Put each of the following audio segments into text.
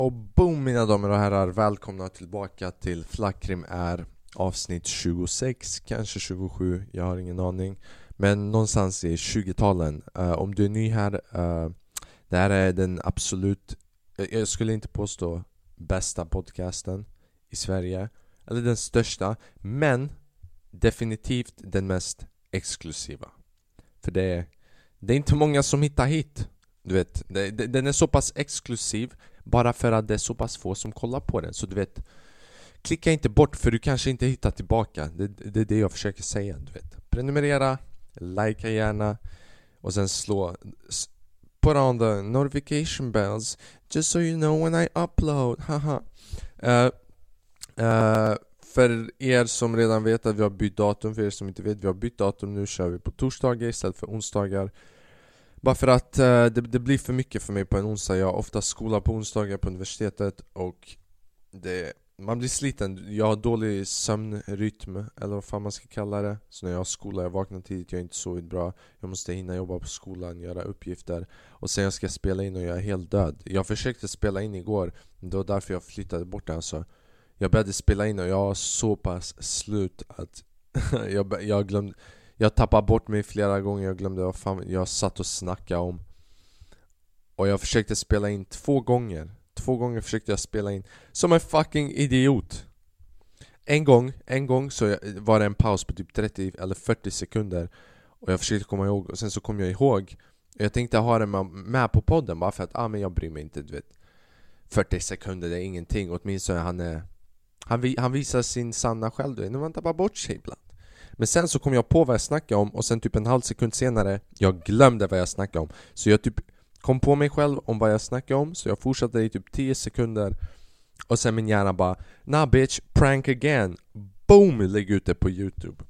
Och boom mina damer och herrar, välkomna tillbaka till Flackrim är avsnitt 26, kanske 27, jag har ingen aning. Men någonstans i 20-talen. Om du är ny här, det här är den absolut, jag skulle inte påstå bästa podcasten i Sverige. Eller den största, men definitivt den mest exklusiva. För det är inte många som hittar hit. Du vet, den är så pass exklusiv bara för att det är så pass få som kollar på den. Så du vet, klicka inte bort för du kanske inte hittar tillbaka. Det är det jag försöker säga, du vet. Prenumerera, likea gärna och sen put on the notification bells just so you know when I upload. Haha. För er som redan vet att vi har bytt datum, för er som inte vet, vi har bytt datum. Nu kör vi på torsdagar istället för onsdagar. Bara för att det blir för mycket för mig på en onsdag. Jag har ofta skola på onsdagar på universitetet och man blir sliten. Jag har dålig sömnrytm, eller vad fan man ska kalla det. Så när jag har skola, jag vaknar tidigt, jag har inte sovit bra. Jag måste hinna jobba på skolan, göra uppgifter. Och sen jag ska spela in och jag är helt död. Jag försökte spela in igår, det var därför jag flyttade bort det alltså. Jag började spela in och jag var så pass slut att jag glömde. Jag tappade bort mig flera gånger. Jag glömde vad fan jag satt och snackade om. Och jag försökte spela in 2 gånger. 2 gånger försökte jag spela in som en fucking idiot. En gång så var det en paus på typ 30 eller 40 sekunder. Och jag försökte komma ihåg. Och sen så kom jag ihåg. Jag tänkte ha det med på podden. Bara för att men jag bryr mig inte, du vet. 40 sekunder, det är ingenting. Åtminstone han visar sin sanna själv, du vet, när man tappar bort sig ibland. Men sen så kom jag på vad jag snackade om. Och sen typ en halv sekund senare, jag glömde vad jag snackade om. Så jag typ kom på mig själv om vad jag snackade om. Så jag fortsatte i typ 10 sekunder. Och sen min hjärna bara, nah bitch, prank again. Boom, lägg ut det på YouTube.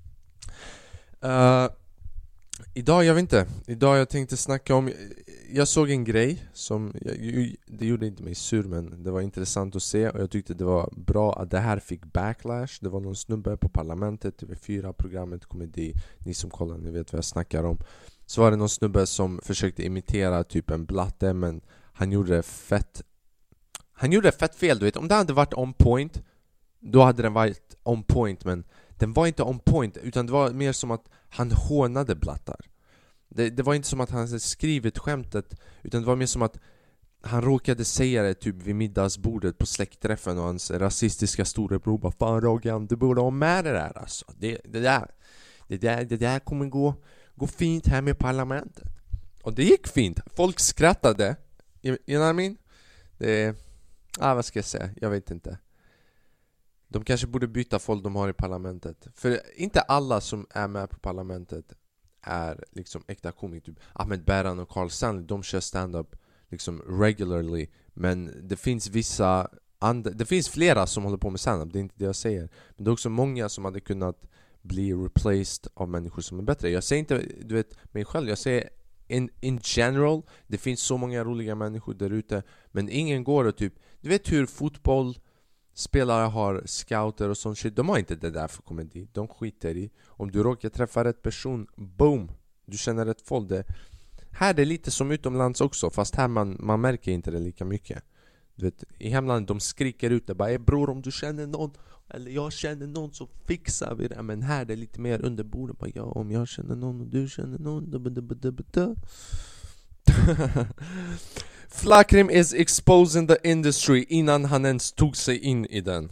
Idag, jag vet inte. Idag jag tänkte snacka om. Jag såg en grej som det gjorde inte mig sur, men det var intressant att se. Och jag tyckte det var bra att det här fick backlash. Det var någon snubbe på Parlamentet, TV4-programmet Komedi. Ni som kollar, ni vet vad jag snackar om. Så var det någon snubbe som försökte imitera typ en blatte, men han gjorde det fett fel, du vet. Om det hade varit on point, då hade den varit on point, men den var inte on point, utan det var mer som att han hånade blattar. Det var inte som att han hade skrivit skämtet, utan det var mer som att han råkade säga det typ vid middagsbordet på släktträffen. Och hans rasistiska storebror bara, fan Roggan, du borde ha med det där alltså. Det där kommer gå fint här med parlamentet. Och det gick fint, folk skrattade. You know what I mean? Vad ska jag säga, jag vet inte. De kanske borde byta folk de har i parlamentet. För inte alla som är med på parlamentet är liksom äkta komiker. Typ Ahmed Bäran och Carl Stanley, de kör stand-up liksom regularly. Men det finns det finns flera som håller på med stand-up, det är inte det jag säger. Men det är också många som hade kunnat bli replaced av människor som är bättre. Jag säger inte, du vet, mig själv. Jag säger in general, det finns så många roliga människor där ute. Men ingen går och typ, du vet hur fotbollsspelare har scouter och sånt shit. De har inte det där för komedi. De skiter i. Om du råkar träffa rätt person, boom, du känner rätt folk. Här är det lite som utomlands också. Fast här man märker inte det lika mycket. Du vet, i hemlandet de skriker ut det bara, bror, om du känner någon eller jag känner någon så fixar vi det. Men här är det lite mer under bordet. Bara, ja, om jag känner någon och du känner någon. Flackrim is exposing the industry innan han ens tog sig in i den.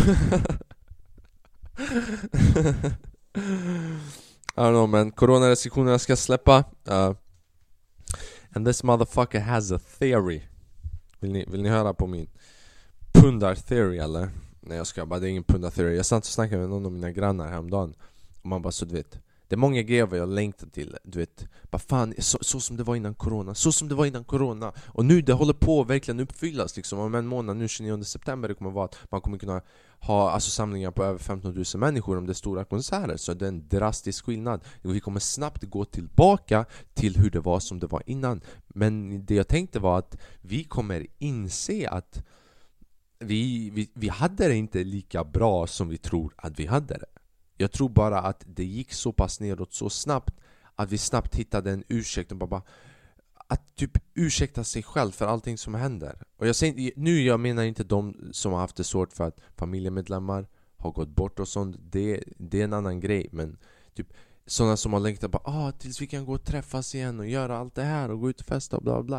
I don't know, man. Coronarestriktionerna ska släppa. And this motherfucker has a theory. Vill ni höra på min pundar-theory eller? Nej, jag ska bara, det är ingen pundar-theory. Jag satt och snackade med någon av mina grannar häromdagen. Och man bara, så du vet, det är många grejer jag längtar till. Du vet, bara fan, så som det var innan corona. Så som det var innan corona. Och nu det håller på att verkligen uppfyllas liksom. Om en månad, nu 29 september, det kommer vara att man kommer kunna ha alltså samlingar på över 15 000 människor om det är stora konserter. Så det är en drastisk skillnad. Vi kommer snabbt gå tillbaka till hur det var som det var innan. Men det jag tänkte var att vi kommer inse att vi hade det inte lika bra som vi tror att vi hade det. Jag tror bara att det gick så pass neråt så snabbt att vi snabbt hittade en ursäkt och bara att typ ursäkta sig själv för allting som händer. Och jag menar inte de som har haft det svårt för att familjemedlemmar har gått bort och sånt. Det är en annan grej. Men typ sådana som har längtat bara tills vi kan gå och träffas igen och göra allt det här och gå ut och festa och bla bla.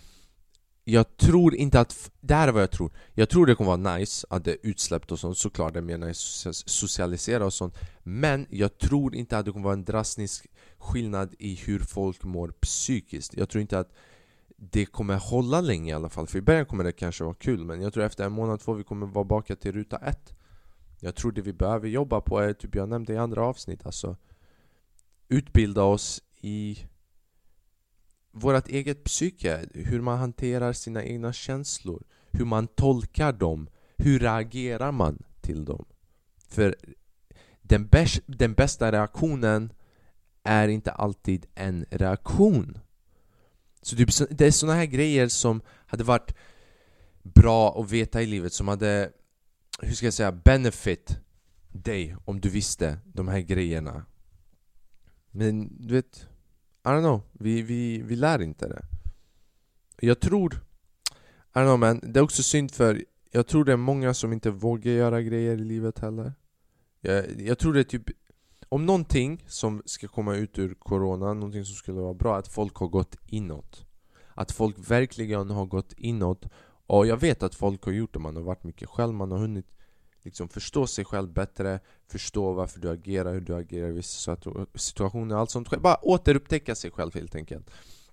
Jag tror inte att... Det här är vad jag tror. Jag tror det kommer vara nice att det är utsläppt och sånt. Såklart det är mer nice socialisera och sånt. Men jag tror inte att det kommer vara en drastisk skillnad i hur folk mår psykiskt. Jag tror inte att det kommer hålla länge i alla fall. För i början kommer det kanske vara kul. Men jag tror efter en månad 2 vi kommer vara baka till ruta 1. Jag tror det vi behöver jobba på är typ jag nämnde i andra avsnitt. Alltså utbilda oss i vårt eget psyke, hur man hanterar sina egna känslor, hur man tolkar dem, hur reagerar man till dem. För den bästa reaktionen är inte alltid en reaktion. Så typ, det är såna här grejer som hade varit bra att veta i livet, som hade, hur ska jag säga, benefit dig om du visste de här grejerna. Men du vet, I don't know, vi lär inte det. Jag tror, I don't know man, det är också synd för jag tror det är många som inte vågar göra grejer i livet heller. Jag tror det är typ, om någonting som ska komma ut ur corona, någonting som skulle vara bra, att folk har gått inåt. Att folk verkligen har gått inåt. Och jag vet att folk har gjort det, man har varit mycket själv, man har hunnit liksom förstå sig själv bättre, förstå varför du agerar, hur du agerar i vissa situationer, allt sånt. Bara återupptäcka sig själv helt enkelt.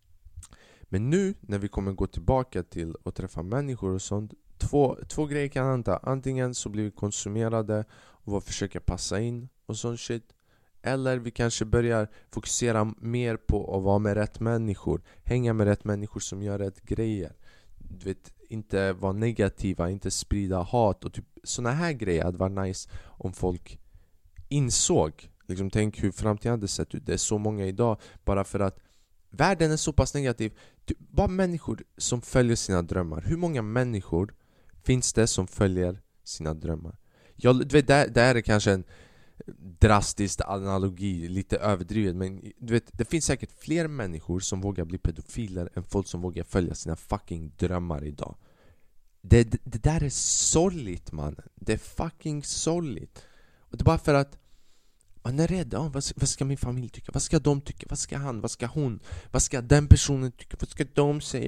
Men nu när vi kommer gå tillbaka till att träffa människor och sånt, två grejer kan hända. Antingen så blir vi konsumerade och försöker passa in och sånt shit. Eller vi kanske börjar fokusera mer på att vara med rätt människor, hänga med rätt människor som gör rätt grejer. Du vet, inte vara negativa, inte sprida hat och typ såna här grejer. Det var nice om folk insåg, liksom, tänk hur framtiden hade sett ut. Det är så många idag, bara för att världen är så pass negativ. Typ, bara människor som följer sina drömmar. Hur många människor finns det som följer sina drömmar? Du vet, det är kanske en drastisk analogi, lite överdrivet, men du vet, det finns säkert fler människor som vågar bli pedofiler än folk som vågar följa sina fucking drömmar idag. Det där är sorgligt, man. Det är fucking sorgligt. Och det är bara för att man är rädd. Vad ska min familj tycka? Vad ska de tycka? Vad ska han? Vad ska hon? Vad ska den personen tycka? Vad ska de säga?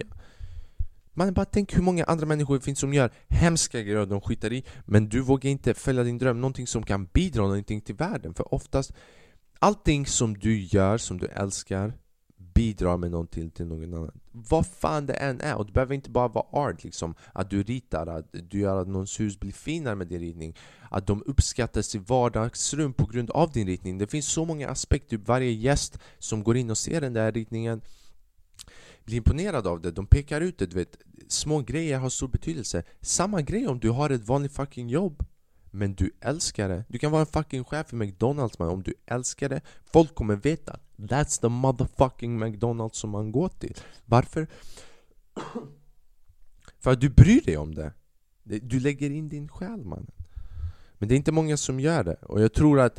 Man bara tänk hur många andra människor det finns som gör hemska grejer och de skitar i. Men du vågar inte följa din dröm, någonting som kan bidra någonting till världen. För oftast, allting som du gör, som du älskar, bidrar med någonting till någon annan. Vad fan det än är. Och det behöver inte bara vara art, liksom. Att du ritar, att du gör att någons hus blir finare med din ritning. Att de uppskattas i vardagsrum på grund av din ritning. Det finns så många aspekter. Varje gäst som går in och ser den där ritningen blir imponerad av det. De pekar ut det, du vet. Små grejer har stor betydelse. Samma grej om du har ett vanligt fucking jobb, men du älskar det. Du kan vara en fucking chef i McDonalds, men om du älskar det, folk kommer veta. That's the motherfucking McDonalds som man går till. Varför? För att du bryr dig om det. Du lägger in din själ, man. Men det är inte många som gör det. Och jag tror att,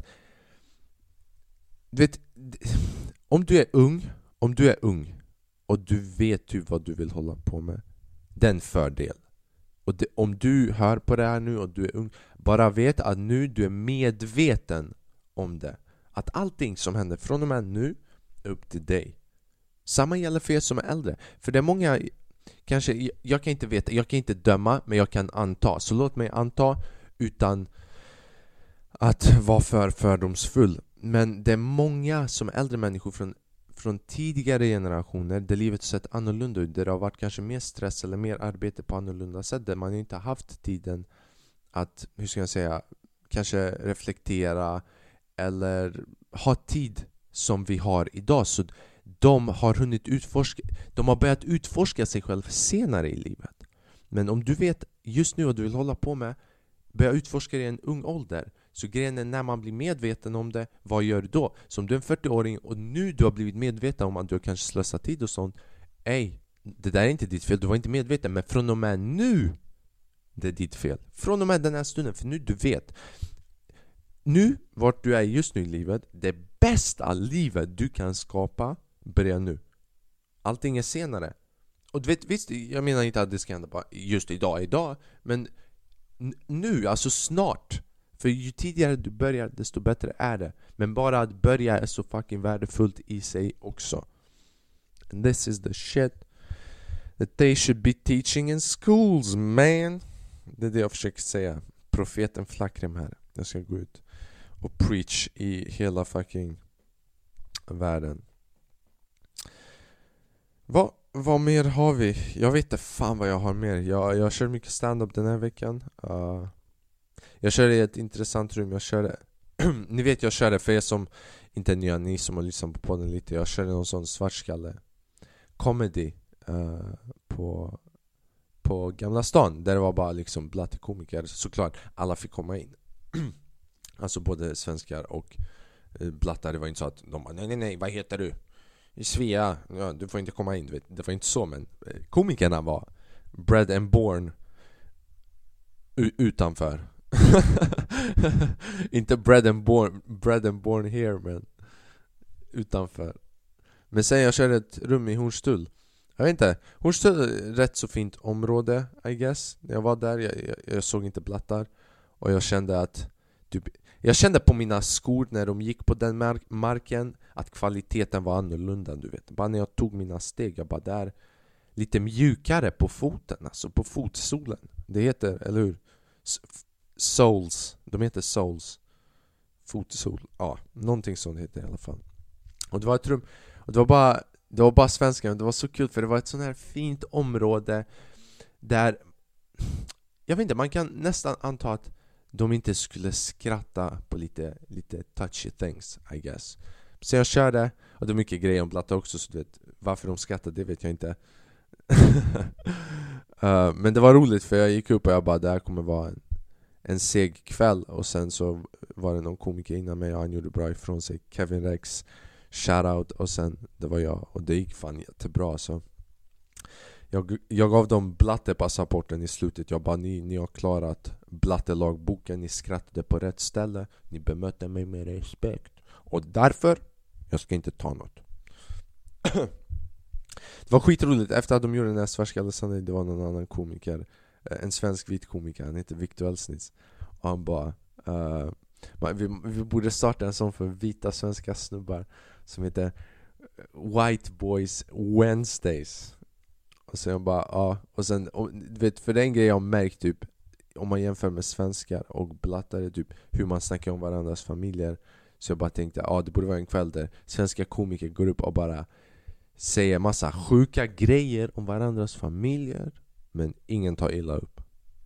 du vet, om du är ung och du vet ju vad du vill hålla på med, det är en fördel. Och om du hör på det här nu och du är ung, bara vet att nu du är medveten om det. Att allting som händer från och med nu är upp till dig. Samma gäller för er som är äldre. För det är många, kanske, jag kan inte veta, jag kan inte döma, men jag kan anta. Så låt mig anta utan att vara för fördomsfull. Men det är många som är äldre människor från tidigare generationer där livet sett annorlunda ut, där det har varit kanske mer stress eller mer arbete på annorlunda sätt, där man inte haft tiden att, hur ska jag säga, kanske reflektera eller ha tid som vi har idag. Så de har hunnit de har börjat utforska sig själv senare i livet. Men om du vet just nu vad du vill hålla på med, börja utforska det i en ung ålder. Så grejen är, när man blir medveten om det, vad gör du då? Som du är en 40-åring och nu du har blivit medveten om att du har kanske slösat tid och sånt. Det där är inte ditt fel, du var inte medveten. Men från och med nu, det är ditt fel. Från och med den här stunden, för nu du vet. Nu, vart du är just nu i livet, det bästa livet du kan skapa börjar nu. Allting är senare. Och du vet, visst, jag menar inte att det ska hända bara just idag, men nu, alltså snart. För ju tidigare du börjar, desto bättre är det. Men bara att börja är så fucking värdefullt i sig också. And this is the shit that they should be teaching in schools, man. Det är det jag försöker säga. Profeten Flakrem här. Jag ska gå ut och preach i hela fucking världen. Vad mer har vi? Jag vet inte fan vad jag har mer. Jag kör mycket stand-up den här veckan. Jag kör i ett intressant rum. Jag körde ni vet, jag körde för er som inte är nya, ni som har lyssnat på podden lite. Jag körde någon sån svartskalle comedy på Gamla stan, där det var bara liksom blattekomiker. Såklart, alla fick komma in. Alltså både svenskar och blattar. Det var inte så att de bara, nej, vad heter du? I Svea, ja, du får inte komma in, du vet. Det var inte så, men komikerna var bred and born utanför. Inte bred and born here, men utanför. Men sen jag körde ett rum i Hornstull. Jag vet inte, Hornstull är ett rätt så fint område, I guess. När jag var där, jag såg inte blattar. Och jag kände att jag kände på mina skor när de gick på den marken att kvaliteten var annorlunda, du vet. Bara när jag tog mina steg, jag bara där lite mjukare på foten, alltså på fotsolen. Det heter, eller hur? Soles, de heter soles. Fotsol, ja, någonting sånt heter det i alla fall. Och det var ett rum, och det var bara svenskar, men det var så kul för det var ett sånt här fint område där, jag vet inte, man kan nästan anta att de inte skulle skratta på lite touchy things, I guess. Så jag körde, och det är mycket grejer om blatta också, så du vet, varför de skrattade, det vet jag inte. Men det var roligt för jag gick upp och jag bara, det här kommer vara en seg kväll. Och sen så var det någon komiker innan mig och han gjorde bra ifrån sig, Kevin Rex, shoutout. Och sen det var jag, och det gick fan jättebra. Så jag gav dem blattepassaporten i slutet. Jag bara, ni har klarat blattelagboken, ni skrattade på rätt ställe, ni bemötte mig med respekt, och därför jag ska inte ta något. Det var skitroligt. Efter att de gjorde den här svartskallesandet, det var någon annan komiker, en svensk vit komiker, han heter Victor Elsnitz. Och han bara vi borde starta en sån för vita svenska snubbar som heter White Boys Wednesdays. Och så jag bara, ja. Och sen, du vet, för den grejen jag märkt typ, om man jämför med svenskar och blattare, typ hur man snackar om varandras familjer. Så jag bara tänkte, ja, det borde vara en kväll där svenska komiker går upp och bara säger massa sjuka grejer om varandras familjer, men ingen tar illa upp.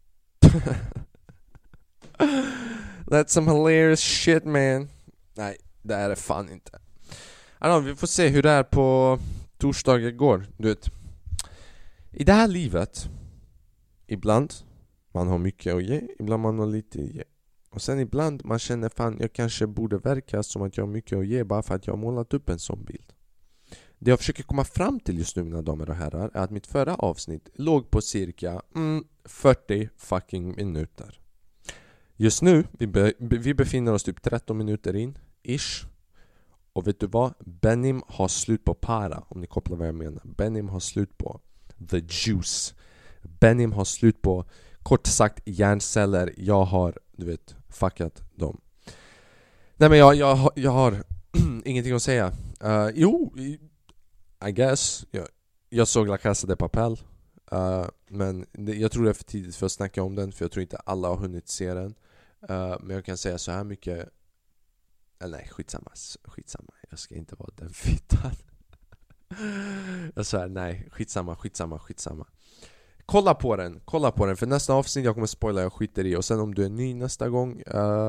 That's some hilarious shit, man. Nej, det är det fan inte. Vi får se hur det är på torsdag går. Du vet, i det här livet, ibland man har mycket att ge, ibland man har lite att ge. Och sen ibland man känner, fan, jag kanske borde verka som att jag har mycket att ge bara för att jag har målat upp en sån bild. Det jag försöker komma fram till just nu, mina damer och herrar, är att mitt förra avsnitt låg på cirka 40 fucking minuter. Just nu, vi befinner oss typ 13 minuter in, ish. Och vet du vad? Benim har slut på para, om ni kopplar vad jag menar. Benim har slut på the juice. Benim har slut på, kort sagt, hjärnceller. Jag har, du vet, fuckat dem. Nej, men jag har ingenting att säga. Jo, I guess. Jag såg La Casa de Papel. Men jag tror det är för tidigt för att snacka om den, för jag tror inte alla har hunnit se den. Men jag kan säga så här mycket. Eller nej, skitsamma. Jag ska inte vara den fittan. Jag sa nej, skitsamma. Kolla på den, för nästa avsnitt jag kommer spoila, jag skiter i. Och sen om du är ny nästa gång,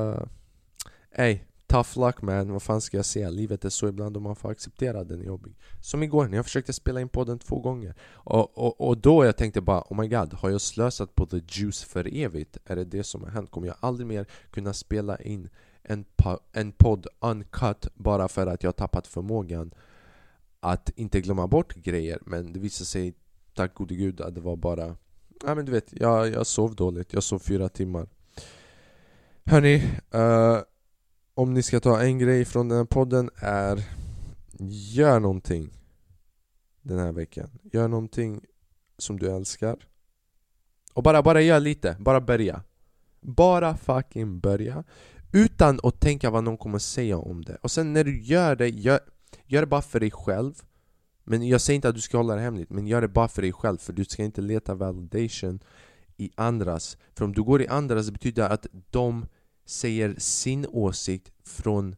tough luck, man. Vad fan ska jag säga? Livet är så ibland och man får acceptera den är jobbig. Som igår när jag försökte spela in podden 2 gånger. Och då jag tänkte bara, oh my god, har jag slösat på the juice för evigt? Är det som har hänt? Kommer jag aldrig mer kunna spela in en podd uncut bara för att jag har tappat förmågan att inte glömma bort grejer? Men det visade sig, tack gode gud, att det var bara, men du vet, jag sov dåligt. Jag sov 4 timmar. Hörni, om ni ska ta en grej från den här podden är, gör någonting. den här veckan. Gör någonting som du älskar. Och bara gör lite. Bara börja. Bara fucking börja. Utan att tänka vad någon kommer säga om det. Och sen när du gör det, gör det bara för dig själv. Men jag säger inte att du ska hålla det hemligt, men gör det bara för dig själv. För du ska inte leta validation i andras. För om du går i andras betyder det att de säger sin åsikt från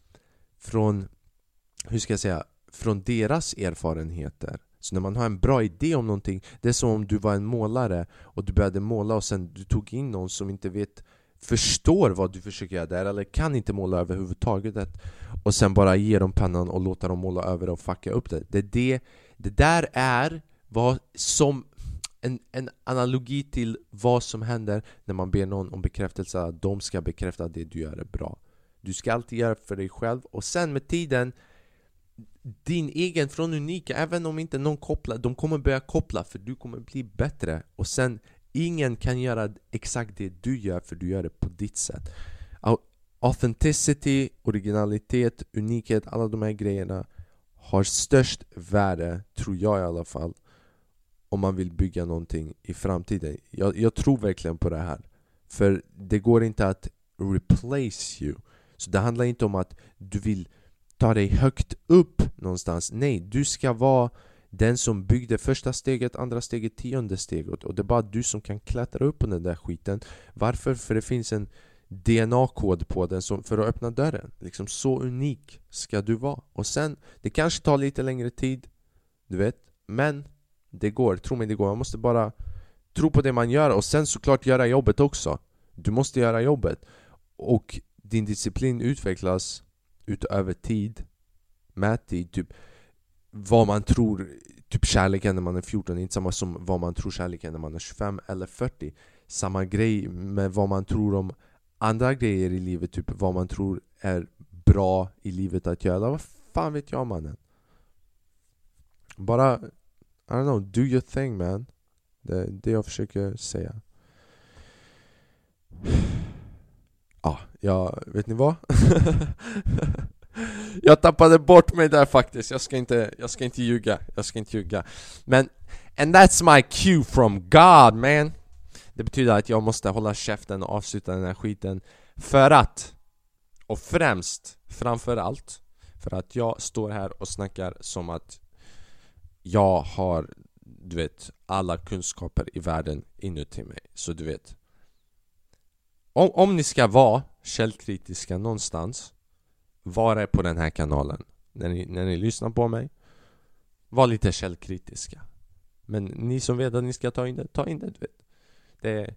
hur ska jag säga, från deras erfarenheter. Så när man har en bra idé om någonting, det är som om du var en målare och du började måla och sen du tog in någon som inte förstår vad du försöker göra där, eller kan inte måla överhuvudtaget, och sen bara ge dem pannan och låta dem måla över och fucka upp det. Det där är vad som en analogi till vad som händer när man ber någon om bekräftelse, att de ska bekräfta att det du gör är bra. Du ska alltid göra för dig själv, och sen med tiden din egen från unika, även om inte någon kopplar, de kommer börja koppla, för du kommer bli bättre. Och sen ingen kan göra exakt det du gör, för du gör det på ditt sätt. Authenticity, originalitet, unikhet, alla de här grejerna har störst värde, tror jag i alla fall, om man vill bygga någonting i framtiden. Jag tror verkligen på det här. För det går inte att replace you. Så det handlar inte om att du vill ta dig högt upp någonstans. Nej, du ska vara den som byggde första steget, andra steget, 10:e steget. Och det är bara du som kan klättra upp på den där skiten. Varför? För det finns en DNA-kod på den för att öppna dörren. Liksom så unik ska du vara. Och sen, det kanske tar lite längre tid, du vet. Men det går, tro mig det går. Man måste bara tro på det man gör. Och sen såklart göra jobbet också. Du måste göra jobbet. Och din disciplin utvecklas utöver tid, med tid, typ vad man tror, typ kärleken när man är 14 är inte samma som vad man tror kärleken när man är 25 eller 40. Samma grej med vad man tror om andra grejer i livet, typ vad man tror är bra i livet att göra. Vad fan vet jag, mannen? Bara, I don't know, do your thing, man. Det jag försöker säga. Ja, vet ni vad? Jag tappade bort mig där faktiskt. Jag ska inte ljuga. Men and that's my cue from God, man. Det betyder att jag måste hålla käften och avsluta den här skiten för att, och framför allt för att jag står här och snackar som att jag har, du vet, alla kunskaper i världen inuti mig. Så du vet, om ni ska vara källkritiska någonstans, var är på den här kanalen. När ni lyssnar på mig, var lite källkritiska. Men ni som vet att ni ska ta in det, du vet.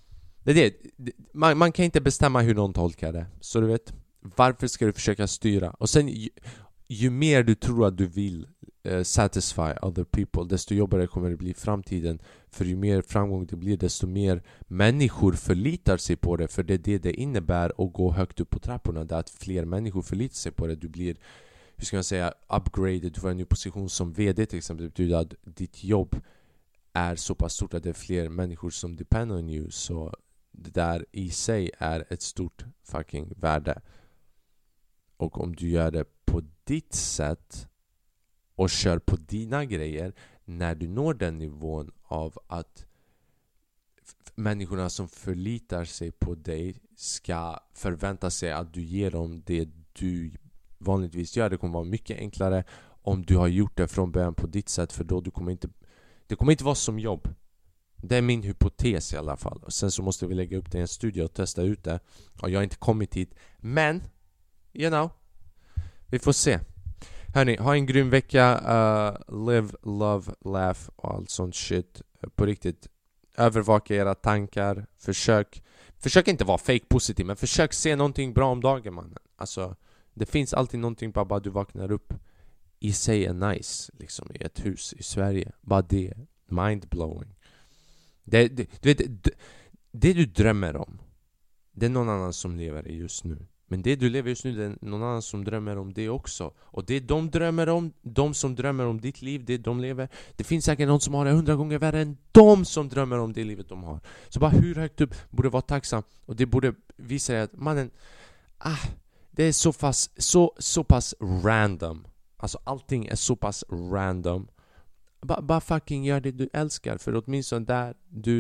Man kan inte bestämma hur någon tolkar det. Så du vet, varför ska du försöka styra? Och sen ju mer du tror att du vill satisfy other people, desto jobbigare kommer det bli i framtiden. För ju mer framgång det blir, desto mer människor förlitar sig på det. För det är det innebär att gå högt upp på trapporna. Det är att fler människor förlitar sig på det. Du blir, hur ska man säga, upgraded. Du får en ny position som vd till exempel. Det betyder att ditt jobb är så pass stort att det är fler människor som depend on you. Så det där i sig är ett stort fucking värde. Och om du gör det på ditt sätt och kör på dina grejer, när du når den nivån av att människorna som förlitar sig på dig ska förvänta sig att du ger dem det du vanligtvis gör. Det kommer vara mycket enklare om du har gjort det från början på ditt sätt, för då det kommer inte vara som jobb. Det är min hypotes i alla fall. Och sen så måste vi lägga upp det i en studio och testa ut det. Och jag har inte kommit hit, men you know, vi får se. Hörni, ha en grym vecka. Live, love, laugh och allt sånt shit. På riktigt, övervaka era tankar. Försök inte vara fake positiv, men försök se någonting bra om dagen, man. Alltså, det finns alltid någonting bara du vaknar upp i sig är nice, liksom i ett hus i Sverige. Bara det, mind-blowing. Du vet, det du drömmer om, det är någon annan som lever i just nu. Men det du lever just nu, det är någon annan som drömmer om det också. Och det de drömmer om, de som drömmer om ditt liv, det de lever, det finns säkert någon som har det 100 gånger värre än de som drömmer om det livet de har. Så bara hur högt upp borde vara tacksam. Och det borde visa dig att mannen, det är så pass random. Alltså allting är så pass random. Bara fucking gör det du älskar. För åtminstone där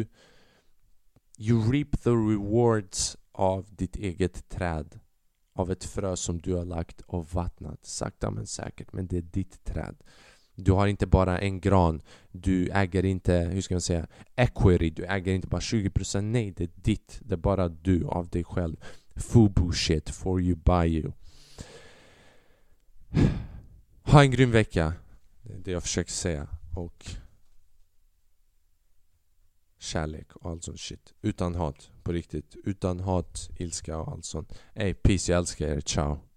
you reap the rewards av ditt eget träd. Av ett frö som du har lagt och vattnat. Sakta men säkert. Men det är ditt träd. Du har inte bara en gran. Du äger inte, hur ska man säga, equity. Du äger inte bara 20%. Nej, det är ditt. Det är bara du av dig själv. Fubu shit for you by you. Ha en grym vecka. Det är det jag försöker säga. Och kärlek och allt sånt shit. Utan hat, på riktigt. Utan hat, ilska och allt sånt. Peace, jag älskar er. Ciao.